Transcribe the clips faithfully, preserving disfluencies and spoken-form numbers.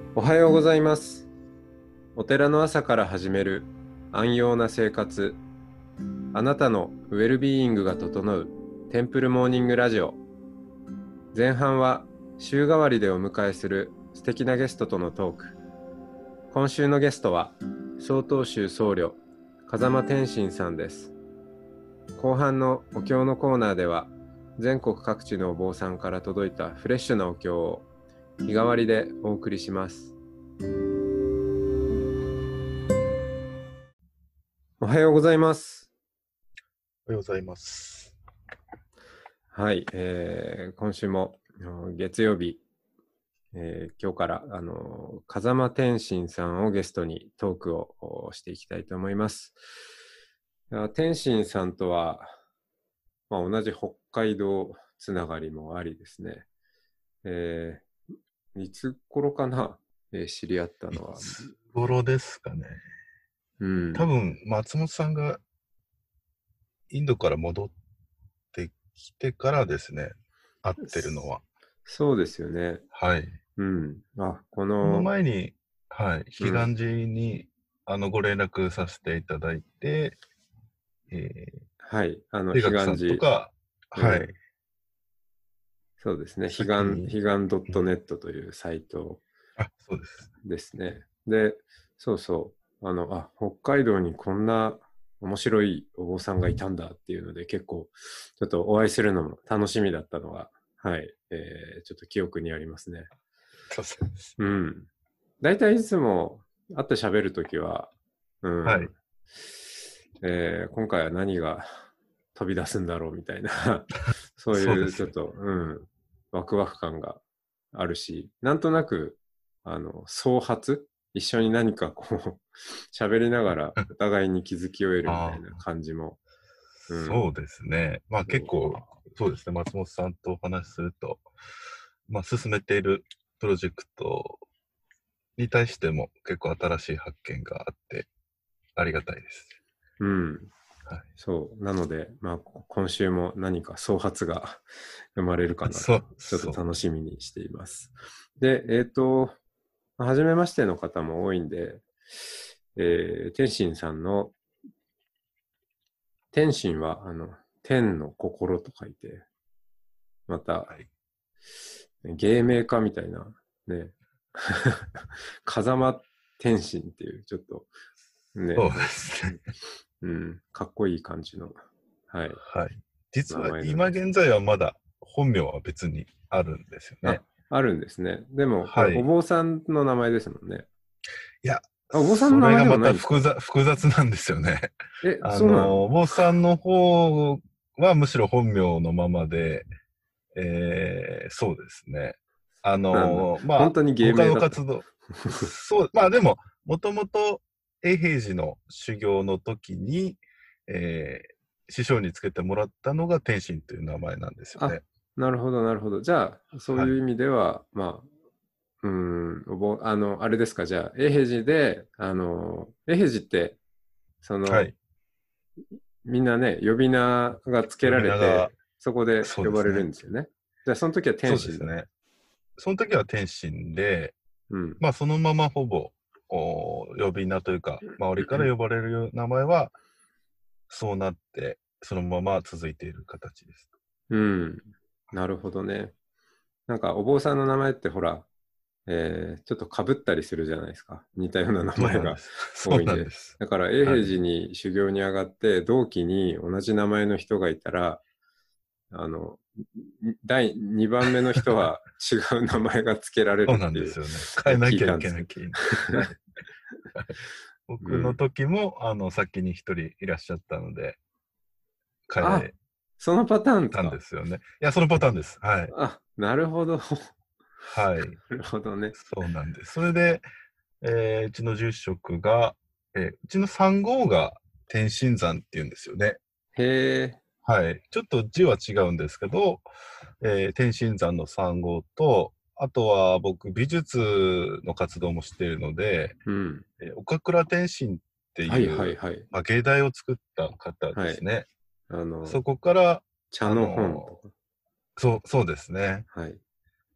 おはようございます。お寺の朝から始める安養な生活。あなたのウェルビーイングが整うテンプルモーニングラジオ。前半は週替わりでお迎えする素敵なゲストとのトーク。今週のゲストは曹洞宗僧侶風間天心さんです。後半のお経のコーナーでは全国各地のお坊さんから届いたフレッシュなお経を日替わりでお送りします。おはようございます。 おはようございます。 はい、えー、今週も月曜日、えー、今日からあの風間天心さんをゲストにトークをしていきたいと思います。天心さんとは、まあ、同じ北海道つながりもありですね。えー、いつ頃かな、えー、知り合ったのは。 いつ頃ですかね。 うん、 多分松本さんがインドから戻ってきてからですね、会ってるのは。 そうですよね。 はい。 うん。あ、この。 この前に、はい、 うん、 彼岸寺に、あのご連絡させていただいて、えー、 はい、あの、 手垣さんとか、 うん、 はい。 そうですね。彼岸、彼岸 .net というサイトですね。で、そうそう。あの、あ、北海道にこんな面白いお坊さんがいたんだっていうので、結構、ちょっとお会いするのも楽しみだったのが、はい、えー、ちょっと記憶にありますね。 そうです。 うん。大体いつも会って喋るときは、うん。 はい。 えー、今回は何が飛び出すんだろうみたいな、そういうちょっと、う、うん、ワクワク感があるし、なんとなく、あの、創発一緒に何かこう、喋りながらお互いに気づきを得るみたいな感じも。 うん、そうですね。まあ結構、そうですね。松本さんとお話しすると、まあ進めているプロジェクトに対しても結構新しい発見があってありがたいです。 うん。はい、そう。なので、まあ、今週も何か創発が生まれるかなと、ちょっと楽しみにしています。で、えっと、初めましての方も多いんで、えー、天心さんの、天心は、あの、天の心と書いて、また、はい、芸名家みたいな、ね、風間天心っていう、ちょっと、ね、 そうですね。 うん、かっこいい感じの、はい。 はい。実は今現在はまだ本名は別にあるんですよね。 あ、あるんですね。でも、これ、お坊さんの名前ですもんね。 いや、 お坊さんの名前でもないんですか？ それがまた複雑、複雑なんですよね。 え、 あの、 そうなの？ お坊さんの方はむしろ本名のままで、えー、そうですね。あの、まあ、 本当に芸名だった。 他の活動。そう、まあでも、もともと永平寺の修行の時に、えー、師匠につけてもらったのが天心という名前なんですよね。 あ、なるほど、なるほど。じゃあ、そういう意味では、はい、まあ、うん、おぼ、あの、あれですか、じゃあ、永平寺で、あの、永平寺って、その、はい、みんなね、呼び名がつけられて、そこで呼ばれるんですよね。じゃあ、その時は天心だ。 そうですね。その時は天心で、 うん、 まあ、そのままほぼ、お呼び名というか、周りから呼ばれる名前は、そうなって、そのまま続いている形です。 うん。なるほどね。なんか、お坊さんの名前ってほら、えー、ちょっと被ったりするじゃないですか。似たような名前が多いんで。だから、永平寺に修行に上がって、はい、同期に同じ名前の人がいたら、あの、だいにばんめの人は違う名前が付けられるっていう。 そうなんですよね。変えなきゃいけない。僕の時も、うん、あの、先に一人いらっしゃったので、 変えあ、そのパターンたんですよね。いや、そのパターンです。はい。 あ、なるほど。 はい。なるほどね。 そうなんです。それで、えー、うちの住職が、えー、うちの三号が天心山っていうんですよね。 へえ。 はい。ちょっと字は違うんですけど、えー、天心山の三号と、あとは僕、美術の活動もしているので、 うん、 えー、岡倉天心っていう、 はいはいはい、 まあ、芸大を作った方ですね。はい、あのそこから、 茶の本とか。 そう、そうですね。 はい。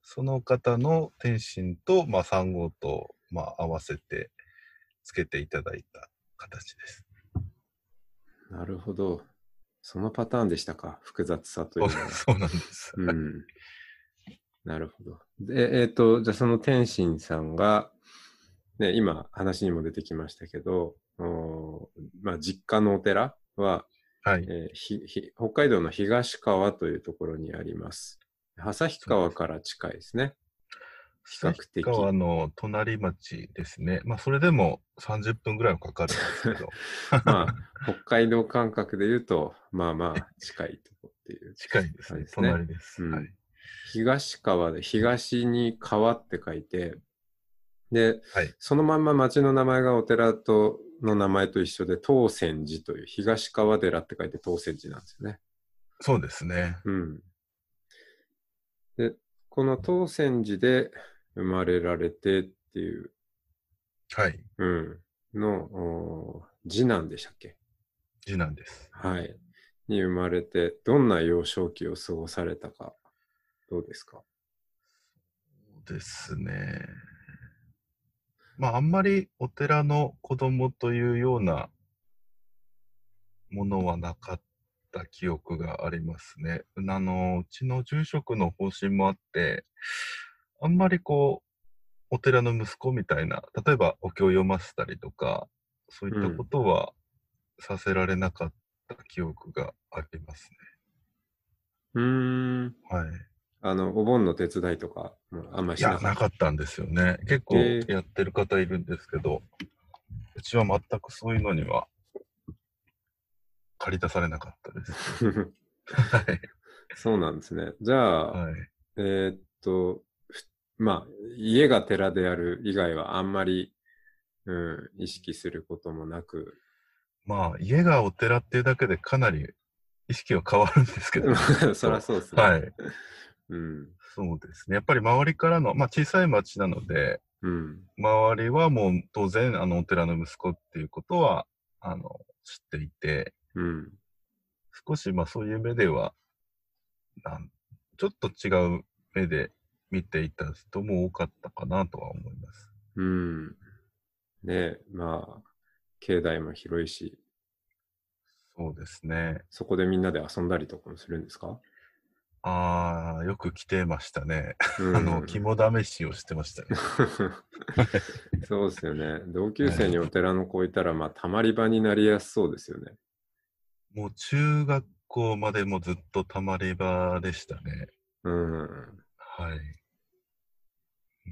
その方の天津と、まあ、さん号と、まあ、合わせてつけていただいた形です。 なるほど。そのパターンでしたか。複雑さというのは。 そうなんです。 うん。なるほど。で、えっと、じゃあその天心さんが、ね、今話にも出てきましたけど、おまあ、実家のお寺は、 はい。 えーひひ北海道の東川というところにあります。旭そうです。 川から近いですね。比較旭川的。 の隣町ですね。まあ、それでもさんじゅっぷんぐらいはかかるんですけど。 まあ、北海道感覚で言うと、まあまあ、近いとこっていう近いですね。 感じですね。 隣です。 うん。 はい。 東川で、東に川って書いて、で、 はい。 そのまんま町の名前がお寺との名前と一緒で、東泉寺という東川寺って書いて東泉寺なんですよね。 そうですね。 うん。で、この東泉寺で生まれられてっていう、 はい。 うん、の、お次男でしたっけ？ 次男です。 はい。に生まれて、どんな幼少期を過ごされたか、どうですか？ そうですね。まあ、あんまりお寺の子供というようなものはなかった記憶がありますね。あの、うちの住職の方針もあって、あんまりこう、お寺の息子みたいな、例えばお経を読ませたりとか、そういったこうん。 とはさせられなかった記憶がありますうーん。 ね。はい。 あの、お盆の手伝いとか、もあんまりいや、 しなかった。 なかったんですよね。結構えー、 やってる方いるんですけど、うちは全くそういうのには駆り出されなかったです。はい。 そうなんですね。じゃあ、 はい。 えーっと、ふまあ、家が寺である以外はあんまり、うん、意識することもなく、 まあ、家がお寺っていうだけでかなり意識は変わるんですけどね、きっそりゃと。 そうですね。 はい。 うん、 そうですね。やっぱり周りからの、まあ小さい町なので、 うん、 周りはもう当然、あの、お寺の息子っていうことは、あの、知っていて、 うん、 少し、まあそういう目では、なんちょっと違う目で見ていた人も多かったかなとは思います。 うん。ねえ、まあ、境内も広いし、 そうですね。 そこでみんなで遊んだりとかもするんですか？ ああ、よく来てましたね。 うあの、 ん。 肝試しをしてましたね。 そうですよね。同級生におはい。 寺の子いたら、まあ、たまり場になりやすそうですよね。 もう中学校までもずっとたまり場でしたね。 うん。 はい。うん、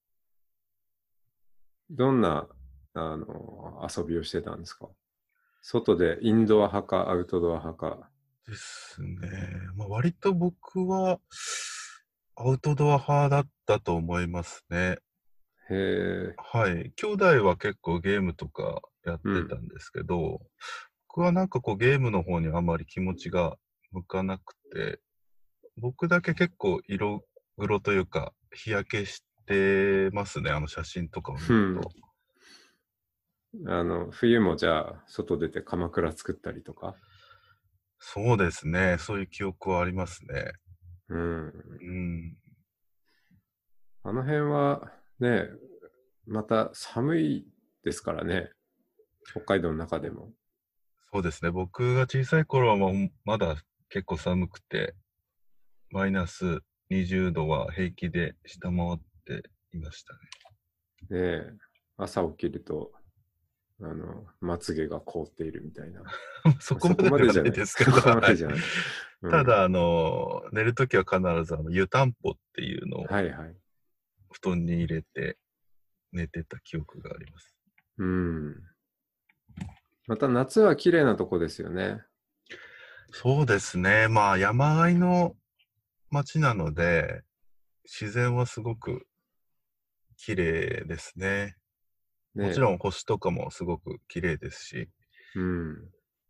どんな、あの、遊びをしてたんですか？外でインドア派かアウトドア派か。 ですね。まあ、割と僕はアウトドア派だったと思いますね。 へえ、 はい。兄弟は結構ゲームとかやっうん、 てたんですけど、僕はなんかこうゲームの方にあまり気持ちが向かなくて、僕だけ結構色黒というか日焼けしてますね。あの写真とかを見ると。 うん。あの、冬もじゃあ、外出て鎌倉作ったりとか。 そうですね。そういう記憶はありますね。 うん。 うん。 あの辺はね、また寒いですからね。北海道の中でも。 そうですね。僕が小さい頃はもうまだ結構寒くて、マイナスにじゅうどは平気で下回っていましたね。 ね、朝起きると、あの、まつげが凍っているみたいな。 そこまそこでではないまでじゃない。 ですけど、 そこまはい。 でじゃない。うん。 ただ、あの、寝るときは必ずあの湯たんぽっていうのをはいはい。 布団に入れて寝てた記憶があります。 うん。また夏は綺麗なとこですよね。 そうですね。まあ、山あいの町なので、自然はすごく綺麗ですね。もちね。 ろん星とかもすごく綺麗ですし。 うん。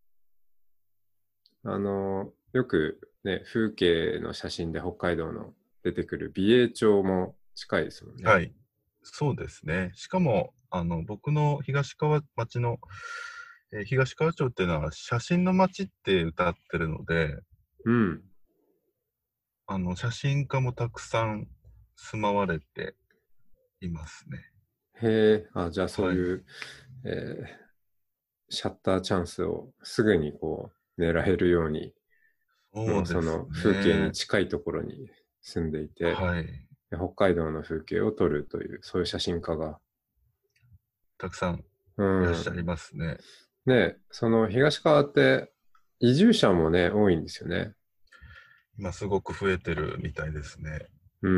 あの、よくね、風景の写真で北海道の出てくる美瑛町も近いですもんね。 はい。そうですね。しかも、あの、僕の東川町の、えー東川町っていうのは写真の街って歌ってるので、 うん。 あの、写真家もたくさん住まわれていますね。 へえ、あ、じゃあそうはい。 いう、えーシャッターチャンスをすぐにこう狙えるように、もうそそうですの風景にね。 近いところに住んでいて、 はい。 で北海道の風景を撮るという、そういう写真家が。 たくさんういらっしゃいん。 ますね。 ね、その東川って移住者もね、多いんですよね。 今すごく増えてるみたいですね。 うん。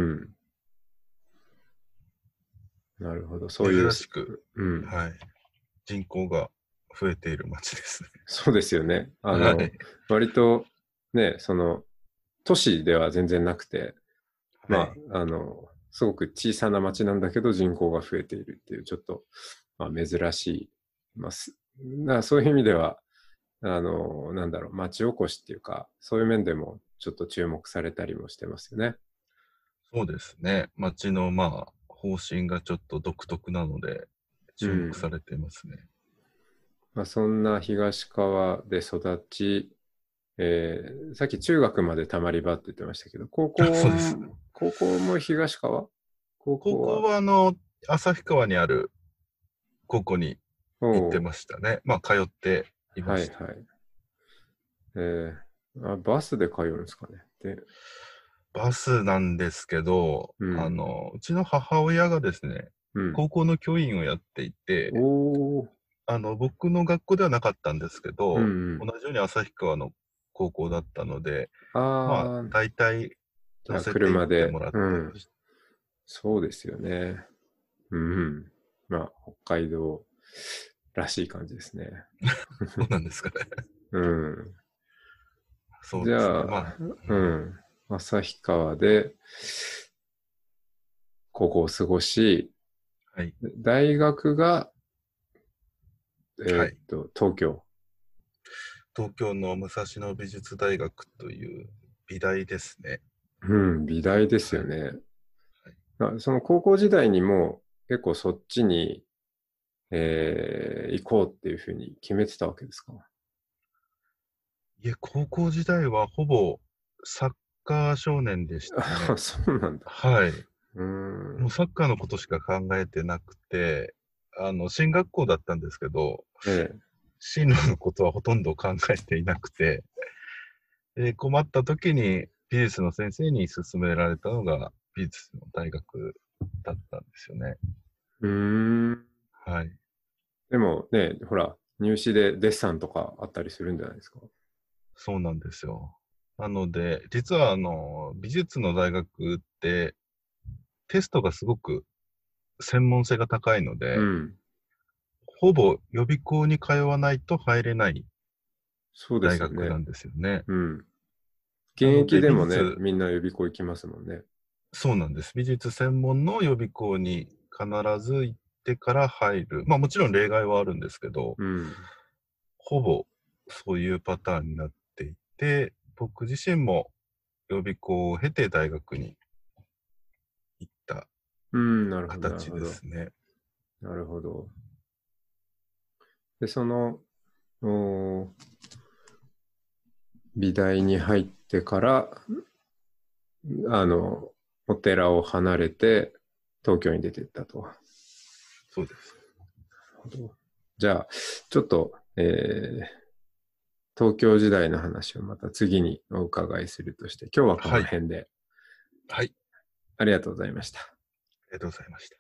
なるほど。そういう、 珍しく、 うん。 はい。人口が増えている街ですね。 そうですよね。あの、 はい。 割とね、その、都市では全然なくて、 はい。 まあ、あの、すごく小さな町なんだけど人口が増えているっていう、ちょっと、まあ、珍しい。まあ、すなそういう意味では、あの、なんだろう、町おこしっていうか、そういう面でもちょっと注目されたりもしてますよね。 そうですね。街の、まあ、方針がちょっと独特なので、注目うん。 されていますね。 まあ、そんな東川で育ち、えーさっき中学までたまり場って言ってましたけど、高あ、 校そうです。 も、高校も東川高高校校は、 は、あの、旭川にある高校に行っておう、 ましたね。まあ、通っていました。 はいはい。えーあ、バスで通うんですかね。で、 バスなんですけど、 うん、 あの、うちの母親がですね、 うん。 高校の教員をやっていて、 おー、 あの、僕の学校ではなかったんですけうんど、 うん。 同じように旭川の高校だったので、まあ、 ああ、 大体じゃあ乗せて行車で、 ってもらっうん。 てました。 そうですよね。うん。まあ、北海道らしい感じですね。 どうなんですかね。 うん。じそうですね。まあ、 ゃあ、ううん、 ん。旭川で高校を過ごし、 はい。 大学が、えーっはい。 と、東京。 東京の武蔵野美術大学という美大ですね。 うん、美大ですはい。 よね。 はい、 あ、その高校時代にも結構そっちに、えー行こうっていうふうに決めてたわけですか？ いえ、高校時代はほぼサッカー少年でしたあ、 ね。 そうなんだ。 はい。 うーん。 もうサッカーのことしか考えてなくて、あの、進学校だったんですけど、 ええ。 進路のことはほとんど考えていなくて、で、困った時に美術の先生に勧められたのが美術の大学だったんですよね。 うーん。 はい。 でもね、ほら、入試でデッサンとかあったりするんじゃないですか？ そうなんですよ。なので、実はあの、美術の大学ってテストがすごく専門性が高いので、 うん。 ほぼ予備校に通わないと入れないそうで大すよね。 学なんですよね。 うん。現役なので、 でもね、 美術、 みんな予備校行きますもんね。 そうなんです。美術専門の予備校に必ず行ってから入る。まあもちろん例外はあるんですけど、 うん。 ほぼそういうパターンになっていて、僕自身も予備校を経て大学に行ったうん、なるほど、なる形ほど。 ですね。 なるほど。で、その、お美大に入ってから、あの、お寺を離れて、東京に出ていったと。なるそうです。 ほど。じゃあ、ちょっと、えー東京時代の話をまた次にお伺いするとして、今日はこはい。 の辺ではい。 ありがとうございました。 ありがとうございました。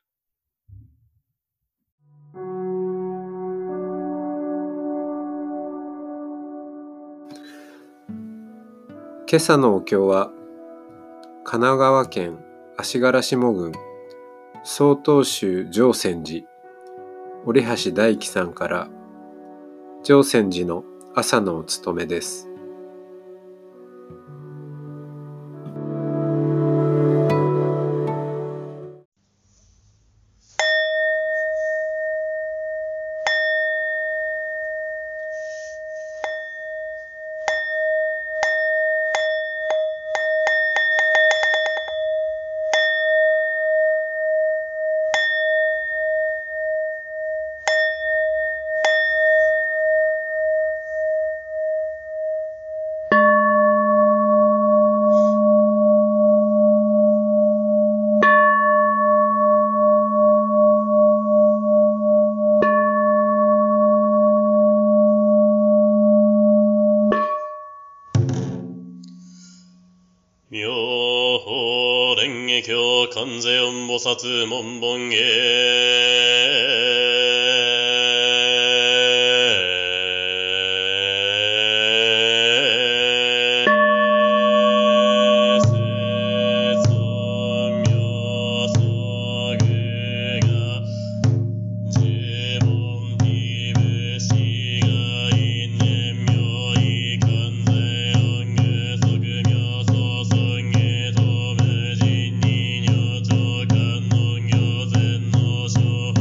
今朝のお経は、神奈川県足柄下郡曹洞宗常泉寺折橋大樹さんから、常泉寺の朝のお勤めです。 妙法蓮華経観世音菩薩門本芸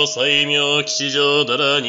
西明吉祥だら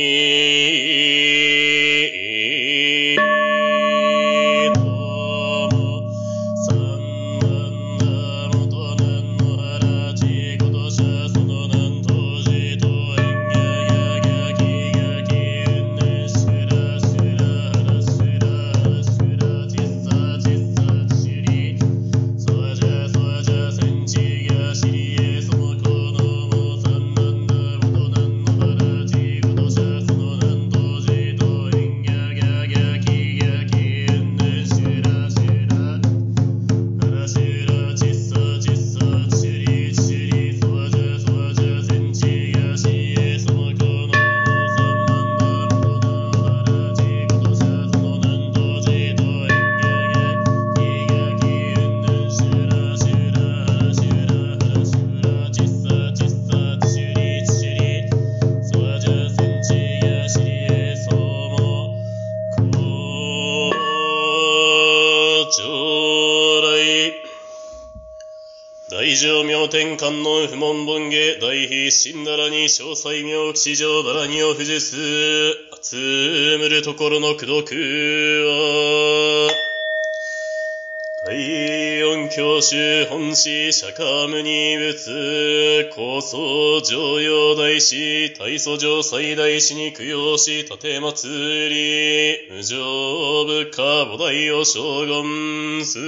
にどうも三万だ元南の原地ことしゃその南東寺と縁ややがきがきうんねしゅらしゅらはらしゅらはらしゅらちっさちっさちしりそわじゃそわじゃせんちがしりえそのこのも三万だ元南の原地ことしゃその南東寺と縁やががきがきうんねしゅらしゅらはらしゅらちっさちっさちしりちしりそわじゃそわじゃせんちがしりえそのこのも三万だ元南の原地ことしゃその南東寺と縁やがきがきうんねしゅらしゅらはらしゅらはらしゅらちっさちっさちしりちしりそわじゃせんちがしりえそもこちょうらい大乗明天観音不問本下大必心ならに小西明吉祥だらにを不受す集むるところの功徳は第四教主本師釈迦牟尼仏高僧上陽大師大祖上最大師に供養し立て祭り無常部下菩提を将軍す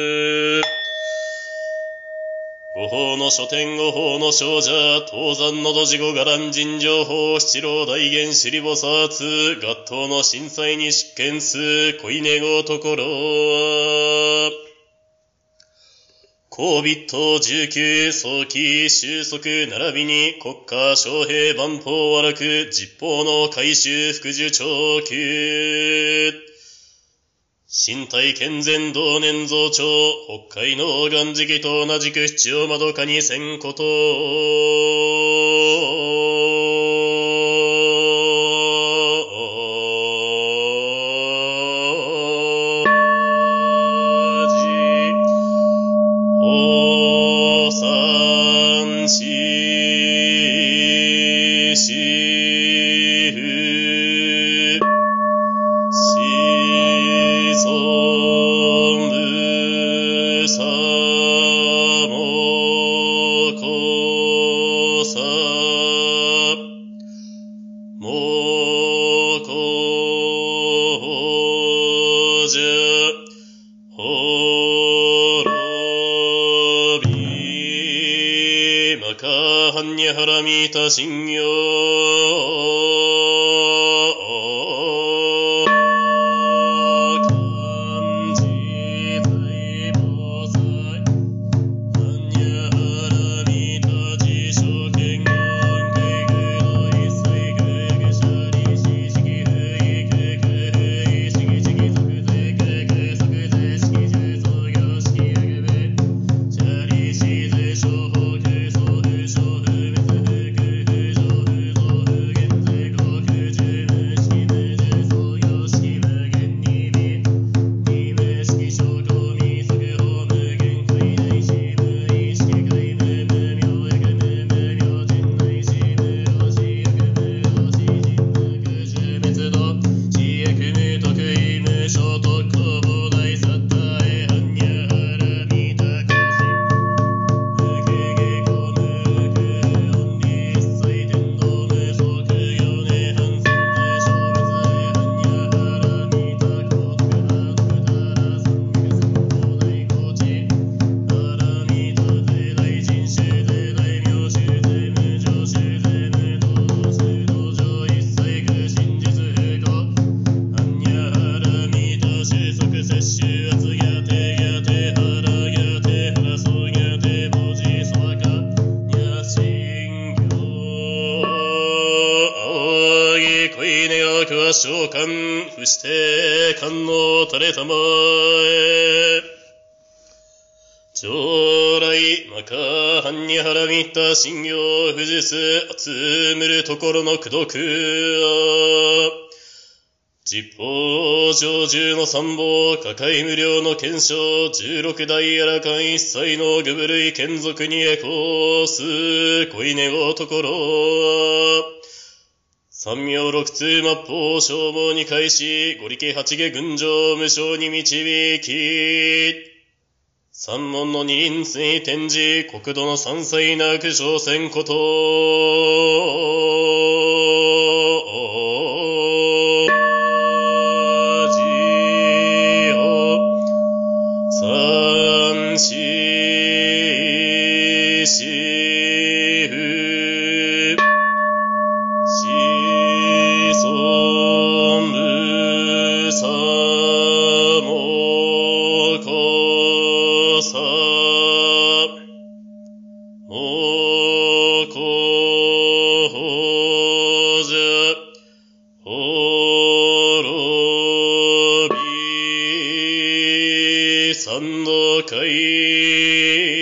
五法の書店五法の少女東山のどじご伽藍尋常法七郎大元首里菩薩合頭の震災に執権す恋願うところは高筆頭十九早期収束並びに国家将兵万法和楽実法の改修副受長級身体健全同年増長北海の元時期と同じく七をまどかにせんことお三四四風子孫部さもこさもこじゃほろびまかはんにはらみたしんよ召喚不して観音垂れたまえ将来まかはんにはらみた信行不実集むるところの功徳は十方上十の三宝、抱え無量の賢章、十六代あらかん一切の具部類眷属にえこす、恋願うところ。三名六通末法消耗に開始、五力八下群青無償に導き、三門の二輪水天示、国土の三歳な悪小戦こと。三四四不子孫無差もこさもこほじゃ滅び三度海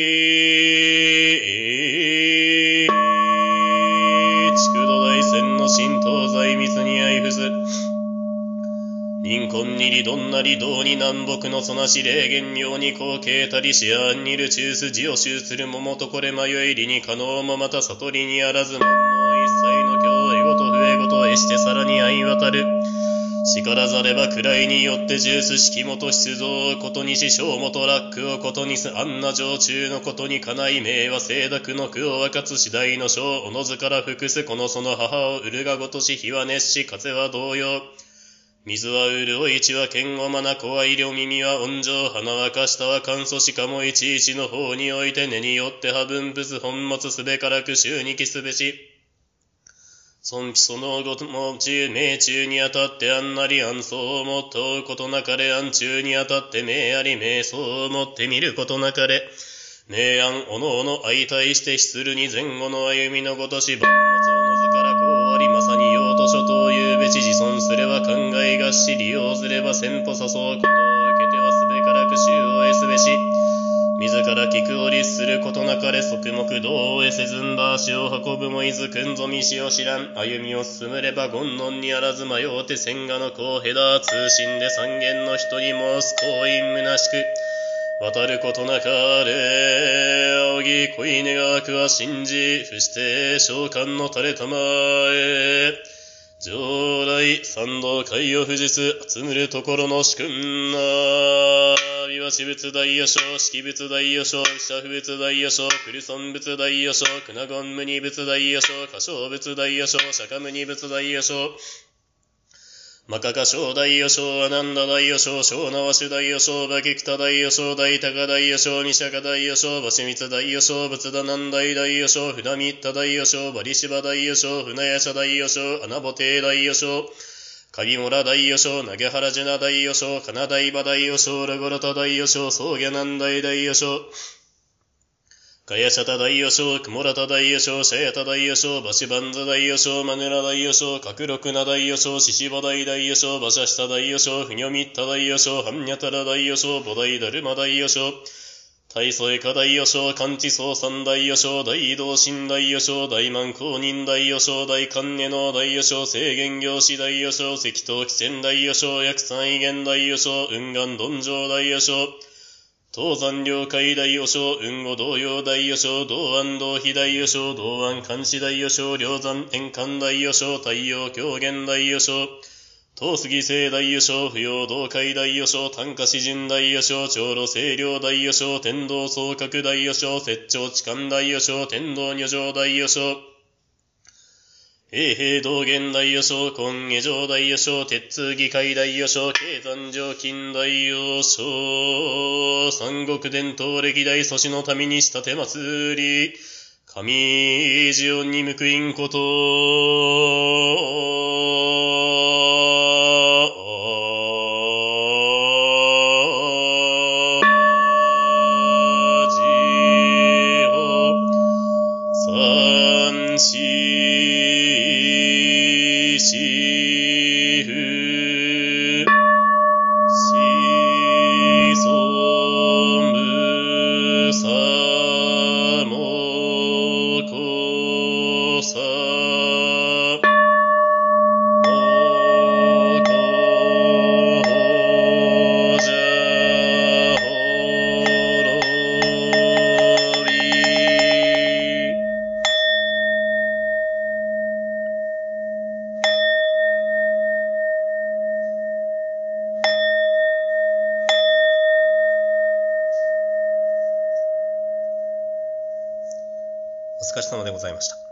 人根にりどんなり道に南北のそなし霊言妙に後継たりしあんにる中枢字を修する桃とこれ迷いりに可能もまた悟りにあらずもんの一切の教えごと不えごとえしてさらに相渡るしからざれば位によってジュース式元出造ことにし小元ラックをことにすあんな常中のことにかない名は清濁の句を分かつ次第の章おのずから複すこのその母を売るがごとし火は熱し風は同様水は潤い血は剣をまなこは医療耳は温情花はかしたは乾燥しかもいちいちの方において根によっては分物本物すべからく週にきすべし尊貴そのごとも中命中にあたってあんなり安相をもっとうことなかれ安中にあたって命あり命相をもって見ることなかれ明暗おのおの相対して失るに前後の歩みのごとし万物おのずからこうありまさに用途書というべし自尊すれば考えがし利用すれば先歩誘うことを受けてはすべからく衆を得すべし自ら聞くを律することなかれ側目道を得せずんば足を運ぶもいずくんぞ道を知らん歩みを進めれば言論にあらず迷うて千賀の子をへだ通信で三軒の人に申す行員むなしく渡ることなかれ仰ぎ恋願くは信じ伏して召喚の垂れたまえ上来三度海を富士す集むるところの主君な美和私仏大予称式仏大予称社不仏大予称クルソン仏大予称クナゴンムニ仏大予称歌唱仏大予称釈迦ムニ仏大予称マカカ小大予称アナンダ大予称小縄種大予称バキクタ大予称大高大予称ニシャカ大予称バシミツ大予称仏田南大大予称船ミッタ大予称バリシバ大予称船ヤシャ大予称アナボテイ大予称鍵村大予称投げ原ジュナ大予称カナダイバ大予称ラゴラタ大予称ソーギャナン大大予称ガヤシャタ大予称、クモラタ大予称、シャヤタ大予称、バシバンザ大予称、マネラ大予称、カクロクナ大予称、シシバ大大予称、バシャシタ大予称、フニョミッタ大予称、ハンニャタラ大予称、ボダイダルマ大予称、大ソエカ大予称、カンチソウサン大予称、大移動神大予称、大満公認大予称、大観音の大予称、制限行使大予称、赤頭汽船大予称、薬三異元大予称、雲岩鈍上大予称、東山領海大予称、雲後同様大予称、道安道非大予称、道安監視大予称、梁山円環大予称、太陽狂言大予称、東杉聖大予称、不要道海大予称、丹下四巡大予称、長路清涼大予称、天道総閣大予称、摂長痴漢大予称、天道女上大予称、永平道元大予称、根下上大予称、鉄通議会大予称、経山上金大予称、三国伝統歴代祖師の民にしたて祭り、神ジオンに報いんこと、も疲れ様でございました。